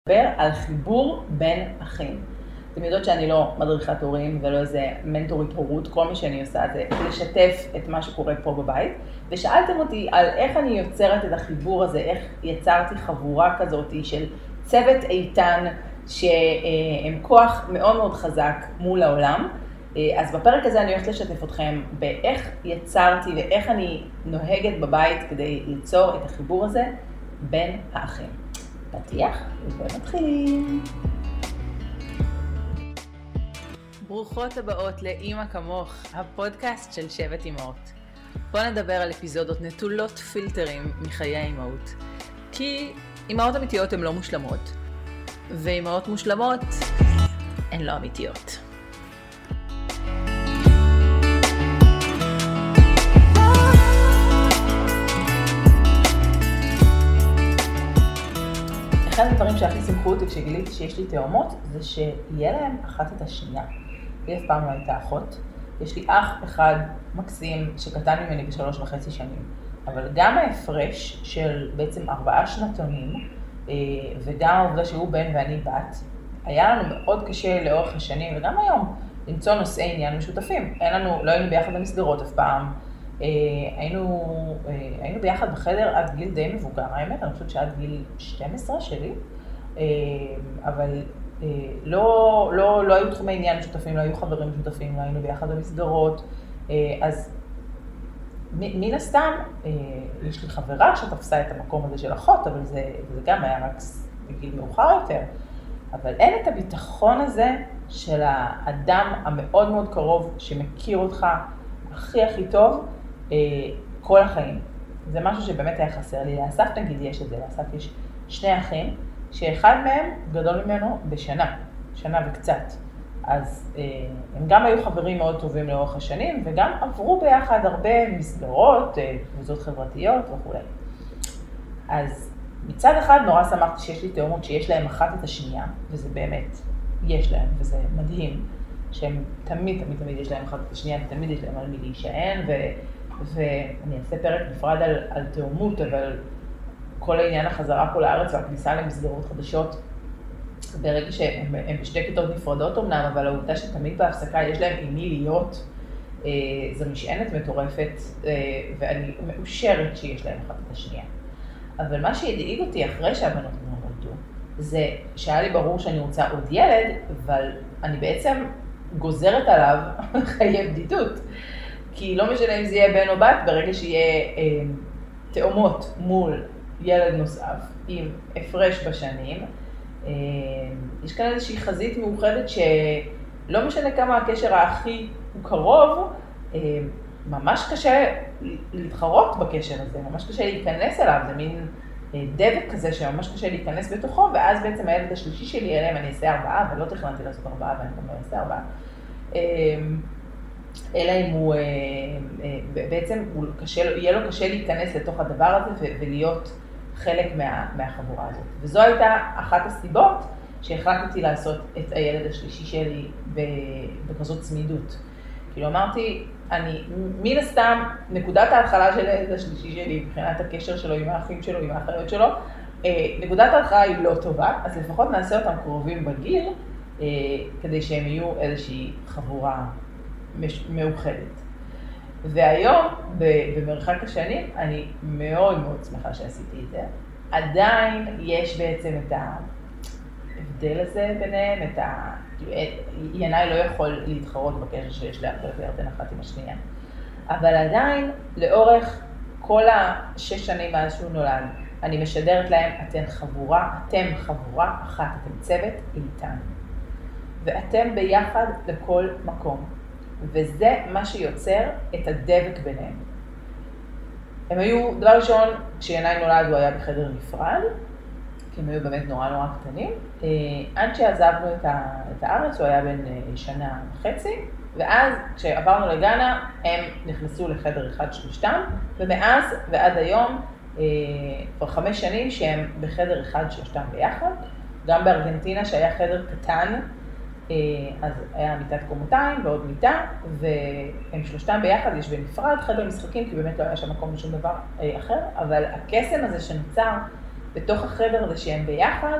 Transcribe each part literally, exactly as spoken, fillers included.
לדבר על חיבור בין אחים. אתם יודעות שאני לא מדריכת הורים ולא איזה מנטורית הורות, כל מה שאני עושה זה לשתף את מה שקורה פה בבית. ושאלתם אותי על איך אני יוצרת את החיבור הזה, איך יצרתי חבורה כזאת של צוות איתן שהם כוח מאוד מאוד חזק מול העולם. אז בפרק הזה אני הולכת לשתף אתכם באיך יצרתי ואיך אני נוהגת בבית כדי ליצור את החיבור הזה בין האחים. פתיח, ונתחילים. ברוכות הבאות לאמא כמוך, הפודקאסט של שבט אמהות. פה נדבר על אפיזודות נטולות פילטרים מחיי האמהות. כי אמהות אמיתיות הן לא מושלמות, ואמהות מושלמות הן לא אמיתיות. אחד הדברים שהכי שמחו אותי כשגיליתי שיש לי תאומות, זה שיהיה להם אחת את השנייה. לי אף פעם לא הייתה אחות. יש לי אח אחד מקסים שקטן ממני בשלוש וחצי שנים. אבל גם ההפרש של בעצם ארבעה שנתונים, וגם העובדה שהוא בן ואני בת, היה לנו מאוד קשה לאורך השנים, וגם היום, למצוא נושאי עניין משותפים. אין לנו, לא היינו ביחד במסגרות אף פעם. היינו, היינו ביחד בחדר עד גיל די מבוגר, האמת, אני חושבת שעד גיל שתים עשרה שלי, אבל לא, לא, לא היו תחומי עניין משותפים, לא היו חברים משותפים, לא היינו ביחד במסגרות, אז מן הסתם, יש לי חברה שתפסה את המקום הזה של אחות, אבל זה, זה גם היה רק בגיל מאוחר יותר, אבל אין את הביטחון הזה של האדם המאוד מאוד קרוב שמכיר אותך הכי הכי טוב, כל החיים. זה משהו שבאמת היה חסר לי. לאסף נגיד יש את זה, לאסף יש שני אחים, שאחד מהם גדול ממנו בשנה, שנה וקצת. אז הם גם היו חברים מאוד טובים לאורך השנים, וגם עברו ביחד הרבה מסגרות, קבוצות חברתיות וכו'. אז מצד אחד נורא שמחתי שיש לי תאומות שיש להם אחת את השנייה, וזה באמת, יש להם, וזה מדהים, שהם תמיד, תמיד, תמיד יש להם אחת את השנייה, ותמיד יש להם על מי להישען, ו... ואני אעשה פרק נפרד על, על תאומות, אבל כל העניין החזרה פה לארץ והכניסה למסגרות חדשות, ברגע שהם בשתי כיתות נפרדות אומנם, אבל העובדה שתמיד בהפסקה יש להם עם מי להיות, אה, זו משענת מטורפת, אה, ואני מאושרת שיש להם אחת את השנייה. אבל מה שהדאיג אותי אחרי שהבנות נולדו, זה שהיה לי ברור שאני רוצה עוד ילד, אבל אני בעצם גוזרת עליו חיי בדידות. כי לא משנה אם זה יהיה בן או בת, ברגע שיהיה אה, תאומות מול ילד נוסף עם הפרש בשנים, אה, יש כאן איזושהי חזית מאוחדת שלא משנה כמה הקשר הכי הוא קרוב, אה, ממש קשה להתחרות בקשר הזה, ממש קשה להיכנס אליו, זה מין אה, דבק כזה שממש קשה להיכנס בתוכו, ואז בעצם הילד השלישי שלי, אליהם אני אעשה ארבעה, ולא תכננתי לעשות ארבעה, ואני גם לא אעשה ארבעה. אה, אלא אם הוא, בעצם הוא קשה, יהיה לו קשה להיכנס לתוך הדבר הזה ולהיות חלק מה, מהחבורה הזאת. וזו הייתה אחת הסיבות שהחלטתי לעשות את הילד השלישי שלי בכזאת צמידות. כאילו אמרתי, אני, מן הסתם, נקודת ההתחלה של הילד השלישי שלי, מבחינת הקשר שלו עם האחים שלו, עם האחיות שלו, נקודת ההתחלה היא לא טובה, אז לפחות נעשה אותם קרובים בגיל, כדי שהם יהיו איזושהי חבורה מאוחדת. והיום, במרחק השנים, אני מאוד מאוד שמחה שעשיתי את זה. עדיין יש בעצם את ההבדל הזה ביניהם, את ה... ינאי לא יכול להתחרות בקשר שיש להרבה וירדן אחת עם השנייה. אבל עדיין, לאורך כל השש שנים מאז שהוא נולד, אני משדרת להם, אתם חבורה, אתם חבורה אחת, אתם צוות איתן. ואתם ביחד לכל מקום. וזה מה שיוצר את הדבק ביניהם. הם היו, דבר ראשון, כשינאי נולד הוא היה בחדר נפרד, כי הם היו באמת נורא נורא קטנים. עד שעזבנו את הארץ, הוא היה בן שנה וחצי, ואז כשעברנו לגאנה, הם נכנסו לחדר אחד שלושתם, ומאז ועד היום, כבר חמש שנים שהם בחדר אחד שלושתם ביחד, גם בארגנטינה שהיה חדר קטן, אז היה מיטת קומותיים ועוד מיטה, והם שלושתם ביחד, יש בנפרד חדר משחקים, כי באמת לא היה שם מקום לשום דבר אחר, אבל הקסם הזה שנוצר בתוך החדר הזה שהם ביחד,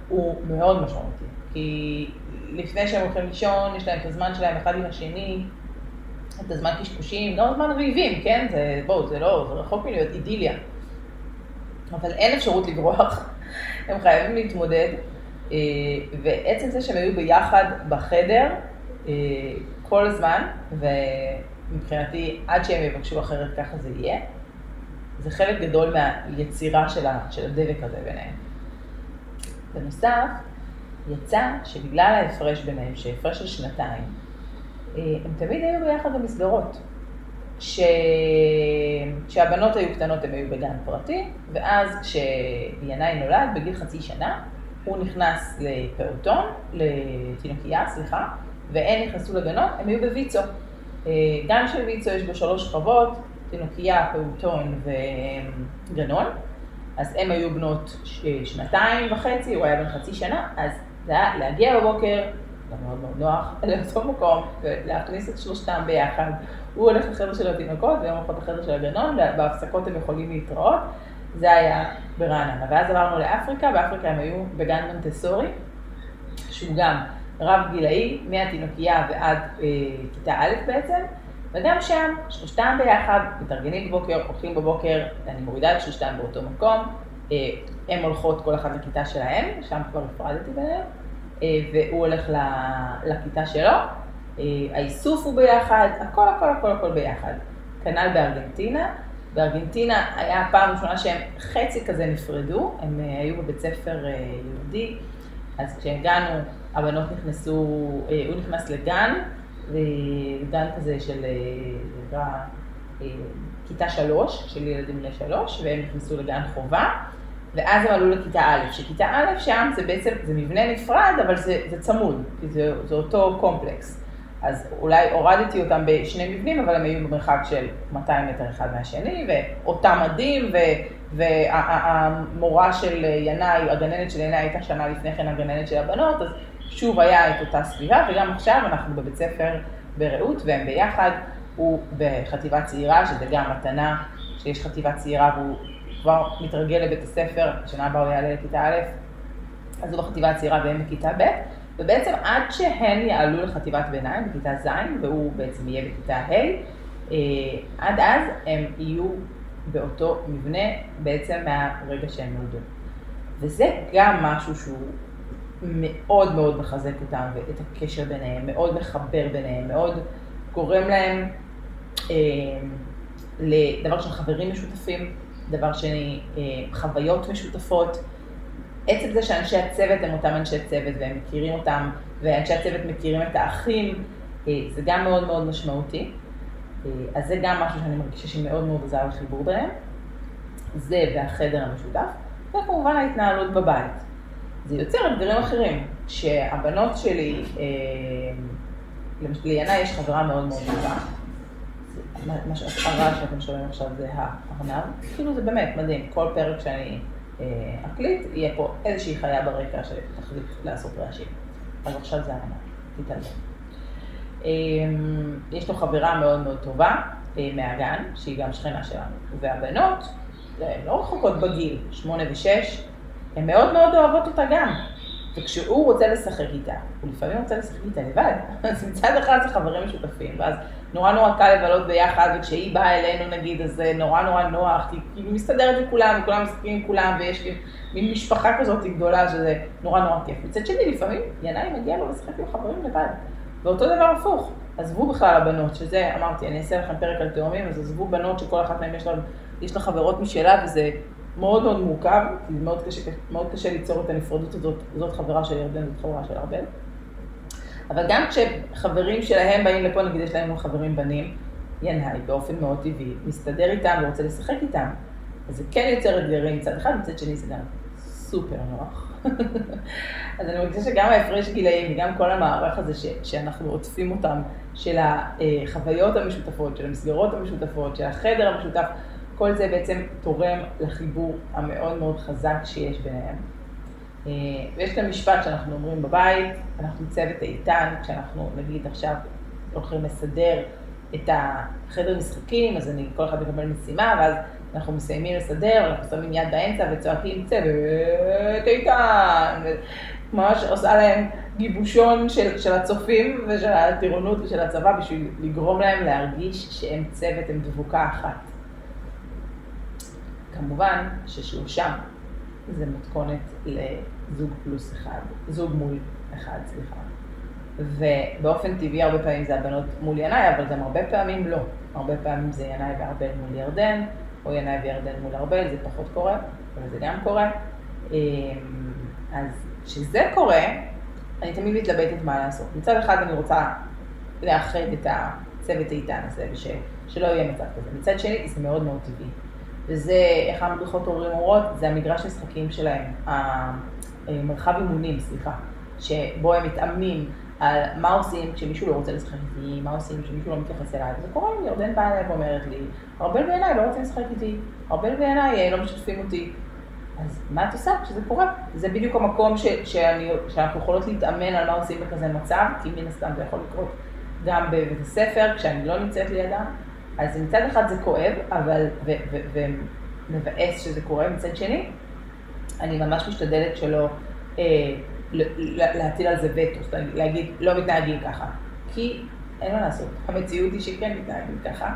הוא מאוד משמעותי. כי לפני שהם הולכים לישון, יש להם את הזמן שלהם אחד עם השני, את הזמן קשקושים, גם הזמן ריבים, כן? זה, בואו, זה לא, זה רחוק מלהיות אידיליה. אבל אין אפשרות לברוח, הם חייבים להתמודד, ועצם זה שהם היו ביחד בחדר כל הזמן, ומבחינתי עד שהם יבקשו אחרת ככה זה יהיה, זה חלק גדול מהיצירה של הדבק הזה ביניהם. בנוסף, יצא שבגלל ההפרש ביניהם, שהפרש של שנתיים, הם תמיד היו ביחד במסגרות. ש... כשהבנות היו קטנות הם היו בגן פרטי, ואז כשינאי נולד בגיל חצי שנה, הוא נכנס לפעוטון, לתינוקייה, סליחה, והן נכנסו לגנות, הם היו בויצו. גן של ויצו יש בו שלוש שכבות, תינוקייה, פעוטון וגנון, אז הם היו בנות שנתיים וחצי, הוא היה בן חצי שנה, אז זה היה להגיע בבוקר, זה מאוד מאוד נוח, לאותו מקום, ולהכניס את שלושתם ביחד. הוא הולך לחדר של התינוקות, ויום אחד לחדר של הגנון, ובהפסקות הם יכולים להתראות. זה היה ברעננה. ואז עברנו לאפריקה, באפריקה הם היו בגן מונטסורי, שהוא גם רב גילאי, מהתינוקייה ועד אה, כיתה א' בעצם, וגם שם, שלושתם ביחד, מתארגנים בבוקר, הולכים בבוקר, אני מורידה את שלושתם באותו מקום, אה, הם הולכות כל אחד לכיתה שלהם, שם כבר הפרדתי ביניהם, אה, והוא הולך לכיתה שלו, אה, האיסוף הוא ביחד, הכל הכל הכל הכל ביחד. כנ"ל בארגנטינה, בארגנטינה היה הפעם ראשונה שהם חצי כזה נפרדו, הם אה, היו בבית ספר אה, יהודי, אז כשהגענו, הבנות נכנסו, הוא נכנס לגן, גן כזה של כיתה שלוש, של ילדים בני שלוש, והם נכנסו לגן חובה, ואז הם עלו לכיתה א', שכיתה א' שם זה בעצם, זה מבנה נפרד, אבל זה, זה צמוד, כי זה, זה אותו קומפלקס. אז אולי הורדתי אותם בשני מבנים, אבל הם היו במרחק של מאתיים מטר אחד מהשני, ואותם מדים, והמורה של ינאי, הגננת של ינאי הייתה שנה לפני כן הגננת של הבנות, אז שוב היה את אותה סביבה, וגם עכשיו אנחנו בבית ספר ברעות, והם ביחד, הוא בחטיבה צעירה, שזה גם מתנה שיש חטיבה צעירה, והוא כבר מתרגל לבית הספר, השנה הבאה הוא יעלה לכיתה א', אז הוא בחטיבה צעירה והם בכיתה ב', ובעצם עד שהן יעלו לחטיבת ביניים, בכיתה ז', והוא בעצם יהיה בכיתה ה', עד אז הם יהיו באותו מבנה בעצם מהרגע שהם נולדו. וזה גם משהו שהוא מאוד מאוד מחזק אותם, ואת הקשר ביניהם, מאוד מחבר ביניהם, מאוד גורם להם אה, לדבר של חברים משותפים, דבר שני, אה, חוויות משותפות. עצם זה שאנשי הצוות הם אותם אנשי צוות, והם מכירים אותם, ואנשי הצוות מכירים את האחים, אה, זה גם מאוד מאוד משמעותי. אה, אז זה גם משהו שאני מרגישה שמאוד מאוד עזר לחיבור ביניהם. זה והחדר המשותף, וכמובן ההתנהלות בבית. זה יוצר אתגרים אחרים, שהבנות שלי, לינאי יש חברה מאוד מאוד טובה. מה שהרע שאתם שומעים עכשיו זה הארנב. כאילו זה באמת מדהים, כל פרק שאני אקליט, יהיה פה איזושהי חיה ברקע שתחליט לעשות רעשים. אז עכשיו זה הארנב, תתעלם. יש לו חברה מאוד מאוד טובה מהגן, שהיא גם שכנה שלנו. והבנות, הן לא רחוקות בגיל, שמונה ושש, הן מאוד מאוד אוהבות אותה גם. וכשהוא רוצה לשחק איתה, הוא לפעמים רוצה לשחק איתה לבד. אז מצד אחד זה חברים משותפים, ואז נורא נורא קל לבלות ביחד, וכשהיא באה אלינו נגיד, אז זה נורא נורא נוח, כי היא מסתדרת עם כולם, וכולם משחקים עם כולם, ויש לי מין משפחה כזאת גדולה, שזה נורא נורא כיף. מצד שני, לפעמים ינאי מגיע לו לשחק עם חברים לבד. ואותו דבר הפוך. עזבו בכלל הבנות, שזה, אמרתי, אני אעשה לכם פרק על תאומים, אז עזבו בנות שכל אחת מהן יש לה, יש לה חברות משלה, וזה מאוד מאוד מורכב, כי מאוד קשה, מאוד קשה ליצור את הנפרדות הזאת, זאת חברה של ירדן, זאת חברה של ארבל. אבל גם כשחברים שלהם באים לפה, נגיד יש להם חברים בנים, ינאי באופן מאוד טבעי, מסתדר איתם ורוצה לשחק איתם. אז זה כן יוצר אתגרים מצד אחד, מצד שני זה גם סופר נוח. אז אני מרגישה שגם ההפרש גילאים וגם כל המערך הזה ש, שאנחנו עוטפים אותם, של החוויות המשותפות, של המסגרות המשותפות, של החדר המשותף, כל זה בעצם תורם לחיבור המאוד מאוד חזק שיש ביניהם. ויש כאן משפט שאנחנו אומרים בבית, אנחנו צוות איתן, כשאנחנו נגיד עכשיו הולכים לסדר את החדר משחקים, אז אני כל אחד מקבל משימה, ואז אנחנו מסיימים לסדר, אנחנו שמים יד באמצע וצועקים צוות איתן, ממש עושה להם גיבושון של, של הצופים ושל הטירונות ושל הצבא בשביל לגרום להם להרגיש שהם צוות, הם דבוקה אחת. כמובן ששלושה זה מתכונת לזוג פלוס אחד, זוג מול אחד, סליחה. ובאופן טבעי הרבה פעמים זה הבנות מול ינאי, אבל גם הרבה פעמים לא. הרבה פעמים זה ינאי וארבל מול ירדן, או ינאי וירדן מול ארבל, זה פחות קורה, אבל זה גם קורה. אז כשזה קורה, אני תמיד מתלבטת מה לעשות. מצד אחד אני רוצה לאחד את הצוות האיתן הזה, ושלא יהיה מצב כזה. מצד שני, זה מאוד מאוד טבעי. וזה, איך המדריכות הורים אומרות, זה המגרש משחקים שלהם, המרחב אימונים, סליחה, שבו הם מתאמנים על מה עושים כשמישהו לא רוצה לשחק איתי, מה עושים כשמישהו לא מתייחס אליי. זה קורה, ירדן באה אליי ואומרת לי, ארבל ועיניי לא רוצים לשחק איתי, ארבל ועיניי לא משתפים אותי. אז מה את עושה כשזה קורה? זה בדיוק המקום ש, שאני, שאנחנו יכולות להתאמן על מה עושים בכזה מצב, כי מן הסתם זה יכול לקרות גם בבית הספר, כשאני לא נמצאת לידם. אז מצד אחד זה כואב, אבל, ו, ו, ומבאס שזה קורה. מצד שני, אני ממש משתדלת שלא אה, להטיל על זה וטו, להגיד, לא מתנהגים ככה. כי אין מה לעשות, המציאות היא שכן מתנהגים ככה,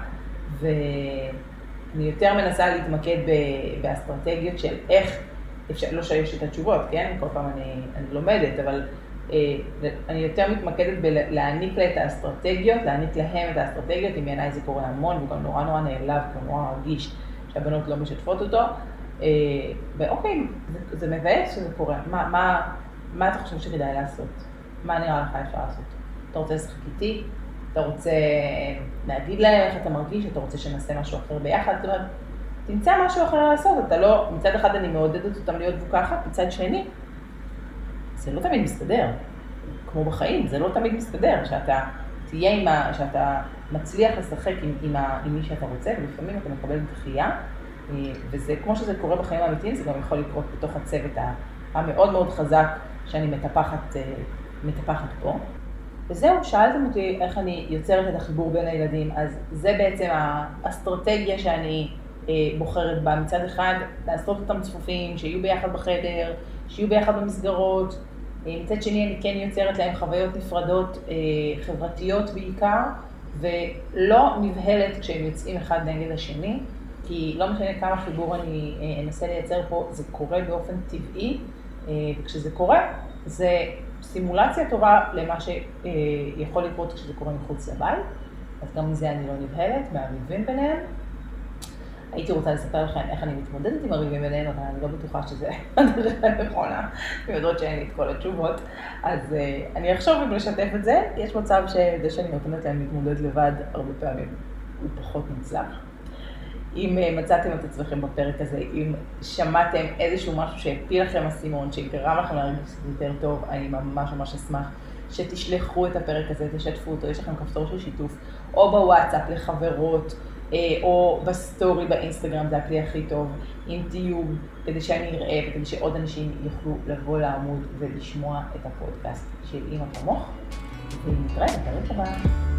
ואני יותר מנסה להתמקד באסטרטגיות של איך, אפשר, לא שיש את התשובות, כן? כל פעם אני, אני לומדת, אבל אה, אני יותר מתמקדת בלהעניק לה את האסטרטגיות, להעניק להם את האסטרטגיות, אם בעיניי זה קורה המון, והוא גם נורא נורא נעלב, הוא נורא מרגיש שהבנות לא משתפות אותו, אה, ואוקיי, זה, זה מבאס שזה קורה, מה, מה, מה אתה חושב שכדאי לעשות? מה נראה לך אפשר לעשות? אתה רוצה לשחק איתי? אתה רוצה להגיד להם איך אתה מרגיש? אתה רוצה שנעשה משהו אחר ביחד? זאת אומרת, תמצא משהו אחר לעשות. אתה לא, מצד אחד אני מעודדת אותם להיות דבוקה אחת, מצד שני, זה לא תמיד מסתדר. כמו בחיים, זה לא תמיד מסתדר. שאתה תהיה עם ה... שאתה מצליח לשחק עם, עם, ה, עם מי שאתה רוצה, ולפעמים אתה מקבל דחייה, וזה כמו שזה קורה בחיים האמיתיים, זה גם יכול לקרות בתוך הצוות המאוד מאוד חזק שאני מטפחת, מטפחת פה. וזהו, שאלתם אותי איך אני יוצרת את החיבור בין הילדים, אז זה בעצם האסטרטגיה שאני אה, בוחרת בה. מצד אחד, לעשות אותם צפופים, שיהיו ביחד בחדר, שיהיו ביחד במסגרות. אה, מצד שני, אני כן יוצרת להם חוויות נפרדות, אה, חברתיות בעיקר, ולא נבהלת כשהם יוצאים אחד נגד השני, כי לא משנה כמה חיבור אני אה, אנסה לייצר פה, זה קורה באופן טבעי, אה, וכשזה קורה, זה סימולציה טובה למה שיכול לקרות כשזה קורה מחוץ לבית, אז גם מזה אני לא נבהלת, מהריבים ביניהם. הייתי רוצה לספר לכם איך אני מתמודדת עם הריבים ביניהם, אבל אני לא בטוחה שזה הדרך הנכונה, ויודעות שאין לי את כל התשובות, אז אני אחשוב אם לשתף את זה. יש מצב שזה שאני נותנת להם להתמודד לבד הרבה פעמים, הוא פחות מוצלח. אם מצאתם את עצמכם בפרק הזה, אם שמעתם איזשהו משהו שהפיל לכם הסימון, שגרם לכם להרגיש יותר טוב, אני ממש ממש אשמח שתשלחו את הפרק הזה, תשתפו אותו, יש לכם כפתור של שיתוף, או בוואטסאפ לחברות, או בסטורי באינסטגרם, זה הכלי הכי טוב, עם תיוג, כדי שאני אראה וכדי שעוד אנשים יוכלו לבוא לעמוד ולשמוע את הפודקאסט של אמא כמוך, ונתראה בפרק הבא.